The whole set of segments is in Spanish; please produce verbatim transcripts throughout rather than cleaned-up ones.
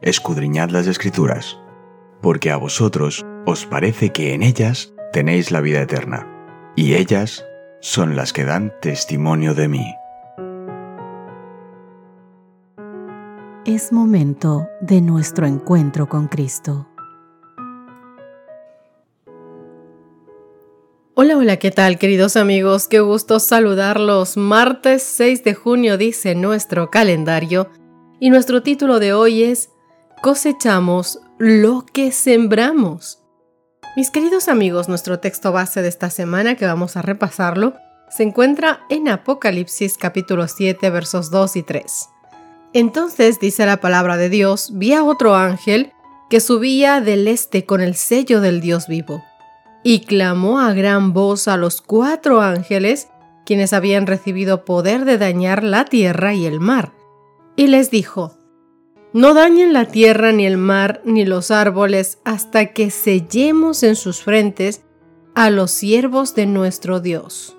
escudriñad las Escrituras, porque a vosotros os parece que en ellas tenéis la vida eterna, y ellas son las que dan testimonio de mí. Es momento de nuestro encuentro con Cristo. Hola, hola, ¿qué tal, queridos amigos? Qué gusto saludarlos. Martes seis de junio dice nuestro calendario y nuestro título de hoy es Cosechamos lo que sembramos. Mis queridos amigos, nuestro texto base de esta semana, que vamos a repasarlo, se encuentra en Apocalipsis capítulo siete, versos dos y tres. Entonces, dice la palabra de Dios, vi a otro ángel que subía del este con el sello del Dios vivo, y clamó a gran voz a los cuatro ángeles, quienes habían recibido poder de dañar la tierra y el mar, y les dijo: No dañen la tierra, ni el mar, ni los árboles, hasta que sellemos en sus frentes a los siervos de nuestro Dios.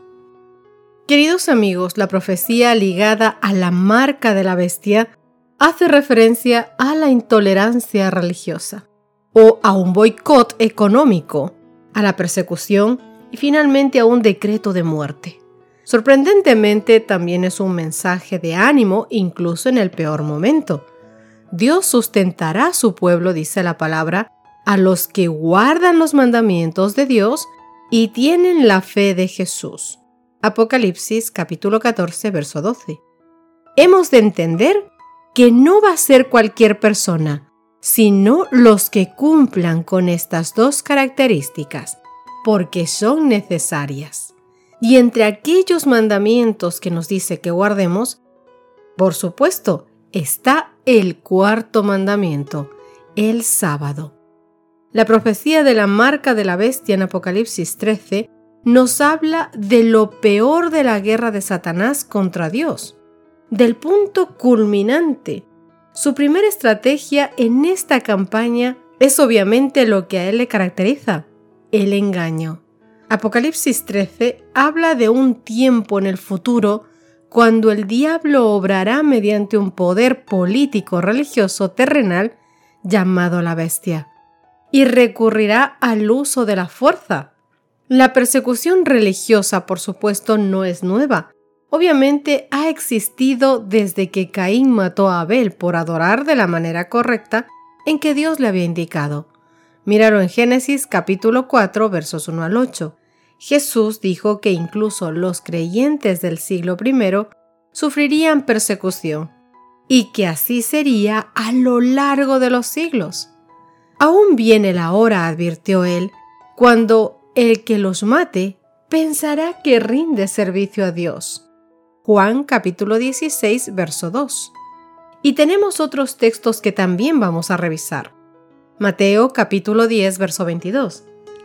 Queridos amigos, la profecía ligada a la marca de la bestia hace referencia a la intolerancia religiosa, o a un boicot económico, a la persecución y finalmente a un decreto de muerte. Sorprendentemente, también es un mensaje de ánimo incluso en el peor momento. Dios sustentará a su pueblo, dice la palabra, a los que guardan los mandamientos de Dios y tienen la fe de Jesús. Apocalipsis capítulo catorce, verso doce. Hemos de entender que no va a ser cualquier persona, sino los que cumplan con estas dos características, porque son necesarias. Y entre aquellos mandamientos que nos dice que guardemos, por supuesto, está el cuarto mandamiento, el sábado. La profecía de la marca de la bestia en Apocalipsis trece nos habla de lo peor de la guerra de Satanás contra Dios, del punto culminante. Su primera estrategia en esta campaña es obviamente lo que a él le caracteriza, el engaño. Apocalipsis trece habla de un tiempo en el futuro cuando el diablo obrará mediante un poder político religioso terrenal llamado la bestia, y recurrirá al uso de la fuerza. La persecución religiosa, por supuesto, no es nueva. Obviamente ha existido desde que Caín mató a Abel por adorar de la manera correcta en que Dios le había indicado. Míralo en Génesis capítulo cuatro, versos uno al ocho. Jesús dijo que incluso los creyentes del siglo primero sufrirían persecución y que así sería a lo largo de los siglos. Aún viene la hora, advirtió él, cuando el que los mate pensará que rinde servicio a Dios. Juan capítulo dieciséis, verso dos. Y tenemos otros textos que también vamos a revisar. Mateo capítulo diez, verso veintidós.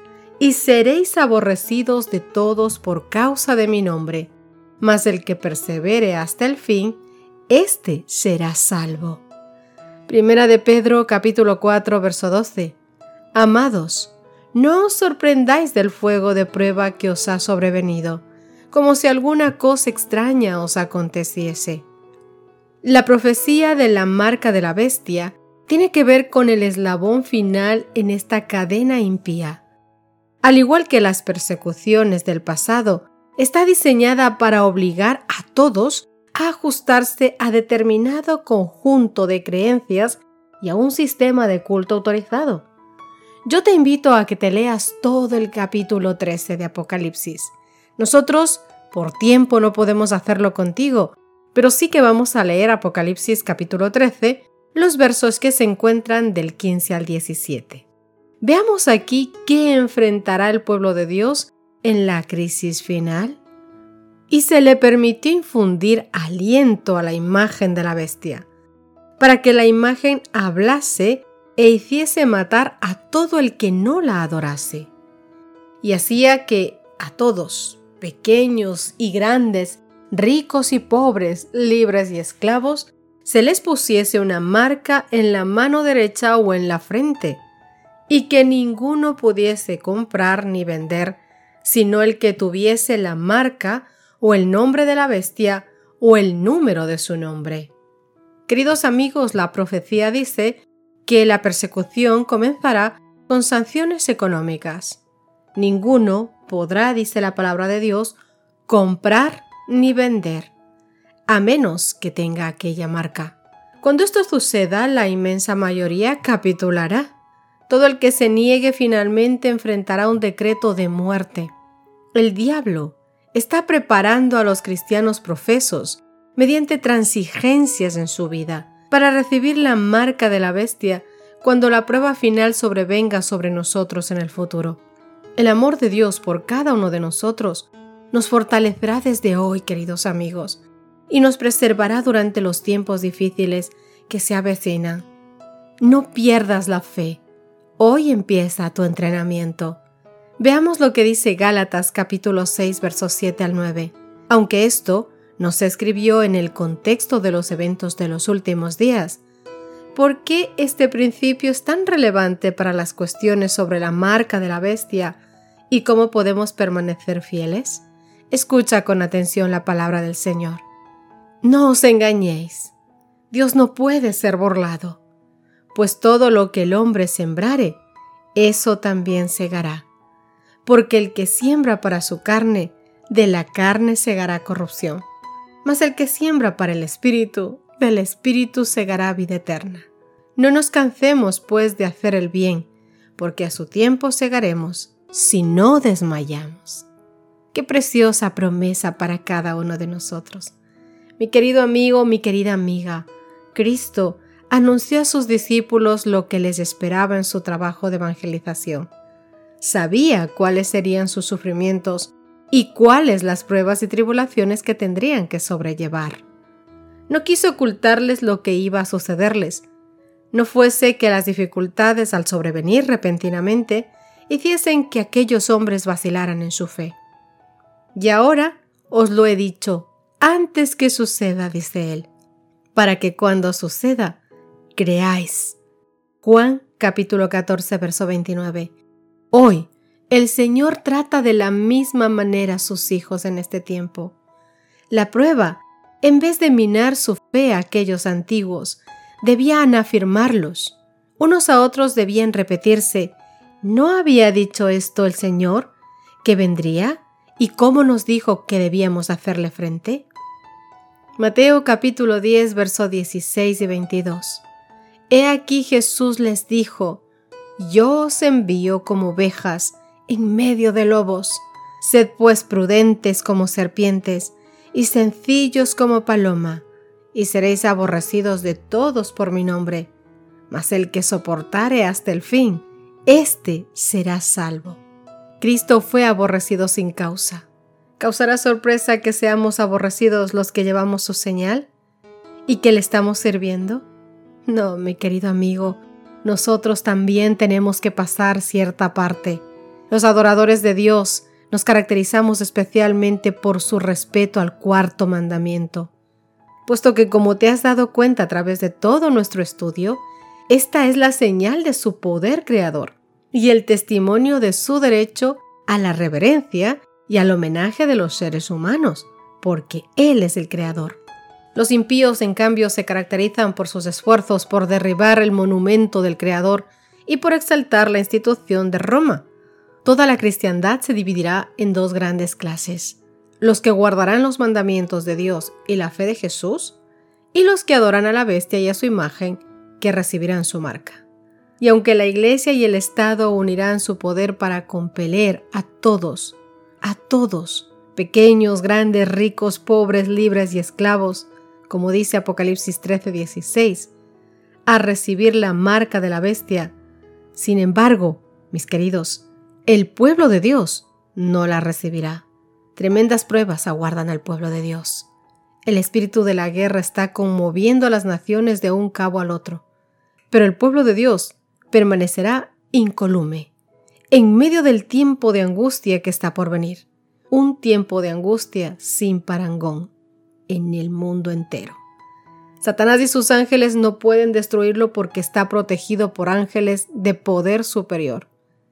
Y seréis aborrecidos de todos por causa de mi nombre, mas el que persevere hasta el fin, éste será salvo. Primera de Pedro capítulo cuatro, verso doce. Amados, no os sorprendáis del fuego de prueba que os ha sobrevenido, como si alguna cosa extraña os aconteciese. La profecía de la marca de la bestia tiene que ver con el eslabón final en esta cadena impía. Al igual que las persecuciones del pasado, está diseñada para obligar a todos a ajustarse a determinado conjunto de creencias y a un sistema de culto autorizado. Yo te invito a que te leas todo el capítulo trece de Apocalipsis. Nosotros, por tiempo, no podemos hacerlo contigo, pero sí que vamos a leer Apocalipsis capítulo trece, los versos que se encuentran del quince al diecisiete. Veamos aquí qué enfrentará el pueblo de Dios en la crisis final. Y se le permitió infundir aliento a la imagen de la bestia, para que la imagen hablase e hiciese matar a todo el que no la adorase. Y hacía que a todos, pequeños y grandes, ricos y pobres, libres y esclavos, se les pusiese una marca en la mano derecha o en la frente, y que ninguno pudiese comprar ni vender, sino el que tuviese la marca o el nombre de la bestia o el número de su nombre. Queridos amigos, la profecía dice que la persecución comenzará con sanciones económicas. Ninguno podrá, dice la palabra de Dios, comprar ni vender, a menos que tenga aquella marca. Cuando esto suceda, la inmensa mayoría capitulará. Todo el que se niegue finalmente enfrentará un decreto de muerte. El diablo está preparando a los cristianos profesos, mediante transigencias en su vida, para recibir la marca de la bestia cuando la prueba final sobrevenga sobre nosotros en el futuro. El amor de Dios por cada uno de nosotros nos fortalecerá desde hoy, queridos amigos, y nos preservará durante los tiempos difíciles que se avecinan. No pierdas la fe. Hoy empieza tu entrenamiento. Veamos lo que dice Gálatas capítulo seis, versos siete al nueve. Aunque esto no se escribió en el contexto de los eventos de los últimos días, ¿por qué este principio es tan relevante para las cuestiones sobre la marca de la bestia y cómo podemos permanecer fieles? Escucha con atención la palabra del Señor. No os engañéis. Dios no puede ser burlado, pues todo lo que el hombre sembrare, eso también segará. Porque el que siembra para su carne, de la carne segará corrupción. Mas el que siembra para el Espíritu, del Espíritu segará vida eterna. No nos cansemos, pues, de hacer el bien, porque a su tiempo segaremos, si no desmayamos. Qué preciosa promesa para cada uno de nosotros. Mi querido amigo, mi querida amiga, Cristo anunció a sus discípulos lo que les esperaba en su trabajo de evangelización. Sabía cuáles serían sus sufrimientos y cuáles las pruebas y tribulaciones que tendrían que sobrellevar. No quiso ocultarles lo que iba a sucederles, no fuese que las dificultades al sobrevenir repentinamente hiciesen que aquellos hombres vacilaran en su fe. Y ahora os lo he dicho, antes que suceda, dice él, para que cuando suceda, creáis. Juan capítulo catorce, verso veintinueve. Hoy, el Señor trata de la misma manera a sus hijos en este tiempo. La prueba, en vez de minar su fe a aquellos antiguos, debían afirmarlos. Unos a otros debían repetirse, ¿no había dicho esto el Señor, que vendría? ¿Y cómo nos dijo que debíamos hacerle frente? Mateo capítulo diez, verso dieciséis y veintidós. He aquí Jesús les dijo, yo os envío como ovejas en medio de lobos. Sed pues prudentes como serpientes y sencillos como paloma, y seréis aborrecidos de todos por mi nombre. Mas el que soportare hasta el fin, éste será salvo. Cristo fue aborrecido sin causa. ¿Causará sorpresa que seamos aborrecidos los que llevamos su señal y que le estamos sirviendo? No, mi querido amigo, nosotros también tenemos que pasar cierta parte. Los adoradores de Dios nos caracterizamos especialmente por su respeto al cuarto mandamiento, puesto que, como te has dado cuenta a través de todo nuestro estudio, esta es la señal de su poder creador y el testimonio de su derecho a la reverencia y al homenaje de los seres humanos, porque Él es el creador. Los impíos, en cambio, se caracterizan por sus esfuerzos por derribar el monumento del Creador y por exaltar la institución de Roma. Toda la cristiandad se dividirá en dos grandes clases: los que guardarán los mandamientos de Dios y la fe de Jesús, y los que adoran a la bestia y a su imagen, que recibirán su marca. Y aunque la Iglesia y el Estado unirán su poder para compeler a todos, a todos, pequeños, grandes, ricos, pobres, libres y esclavos, como dice Apocalipsis trece, dieciséis, a recibir la marca de la bestia. Sin embargo, mis queridos, el pueblo de Dios no la recibirá. Tremendas pruebas aguardan al pueblo de Dios. El espíritu de la guerra está conmoviendo a las naciones de un cabo al otro, pero el pueblo de Dios permanecerá incolume en medio del tiempo de angustia que está por venir. Un tiempo de angustia sin parangón en el mundo entero. Satanás y sus ángeles no pueden destruirlo porque está protegido por ángeles de poder superior.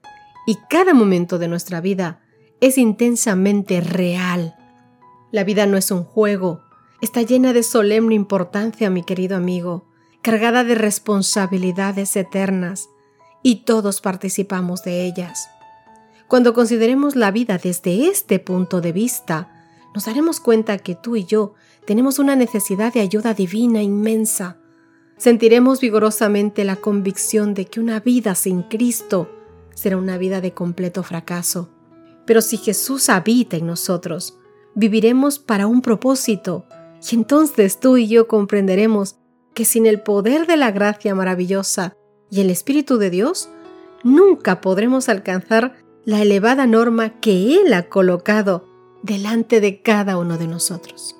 Y cada momento de nuestra vida es intensamente real. La vida no es un juego, está llena de solemne importancia, mi querido amigo. cargada de responsabilidades eternas, y todos participamos de ellas. Cuando consideremos la vida desde este punto de vista, nos daremos cuenta que tú y yo tenemos una necesidad de ayuda divina inmensa. Sentiremos vigorosamente la convicción de que una vida sin Cristo será una vida de completo fracaso. Pero si Jesús habita en nosotros, viviremos para un propósito, y entonces tú y yo comprenderemos que sin el poder de la gracia maravillosa y el Espíritu de Dios, nunca podremos alcanzar la elevada norma que Él ha colocado delante de cada uno de nosotros.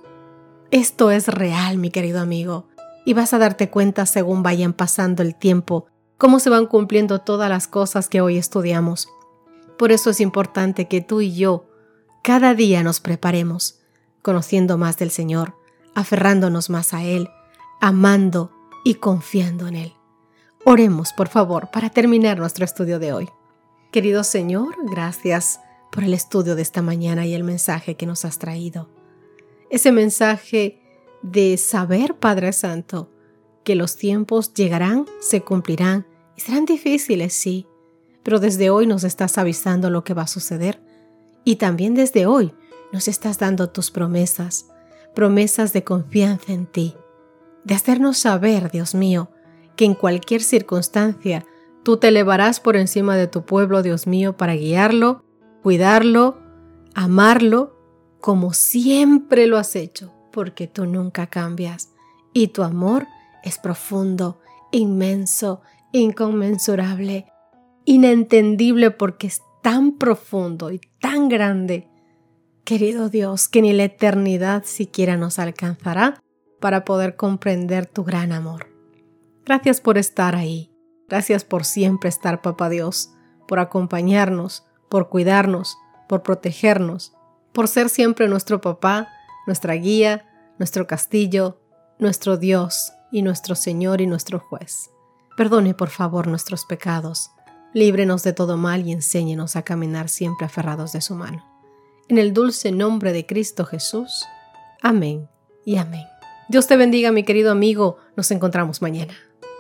Esto es real, mi querido amigo, y vas a darte cuenta según vayan pasando el tiempo, cómo se van cumpliendo todas las cosas que hoy estudiamos. Por eso es importante que tú y yo cada día nos preparemos, conociendo más del Señor, aferrándonos más a Él, amando y confiando en Él. Oremos, por favor, para terminar nuestro estudio de hoy. Querido Señor, gracias por el estudio de esta mañana y el mensaje que nos has traído. Ese mensaje de saber, Padre Santo, que los tiempos llegarán, se cumplirán y serán difíciles, sí, pero desde hoy nos estás avisando lo que va a suceder y también desde hoy nos estás dando tus promesas, promesas de confianza en ti, de hacernos saber, Dios mío, que en cualquier circunstancia tú te elevarás por encima de tu pueblo, Dios mío, para guiarlo, cuidarlo, amarlo, como siempre lo has hecho, porque tú nunca cambias y tu amor es profundo, inmenso, inconmensurable, inentendible porque es tan profundo y tan grande, querido Dios, que ni la eternidad siquiera nos alcanzará para poder comprender tu gran amor. Gracias por estar ahí. Gracias por siempre estar, Papá Dios, por acompañarnos, por cuidarnos, por protegernos, por ser siempre nuestro papá, nuestra guía, nuestro castillo, nuestro Dios y nuestro Señor y nuestro juez. Perdone, por favor, nuestros pecados, líbrenos de todo mal y enséñenos a caminar siempre aferrados de su mano. En el dulce nombre de Cristo Jesús. Amén y amén. Dios te bendiga, mi querido amigo. Nos encontramos mañana.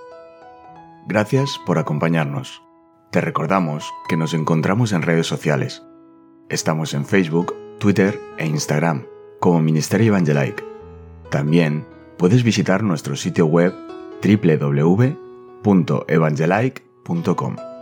Gracias por acompañarnos. Te recordamos que nos encontramos en redes sociales. Estamos en Facebook, Twitter e Instagram como Ministerio Evangelike. También puedes visitar nuestro sitio web doble u doble u doble u punto evangelike punto com.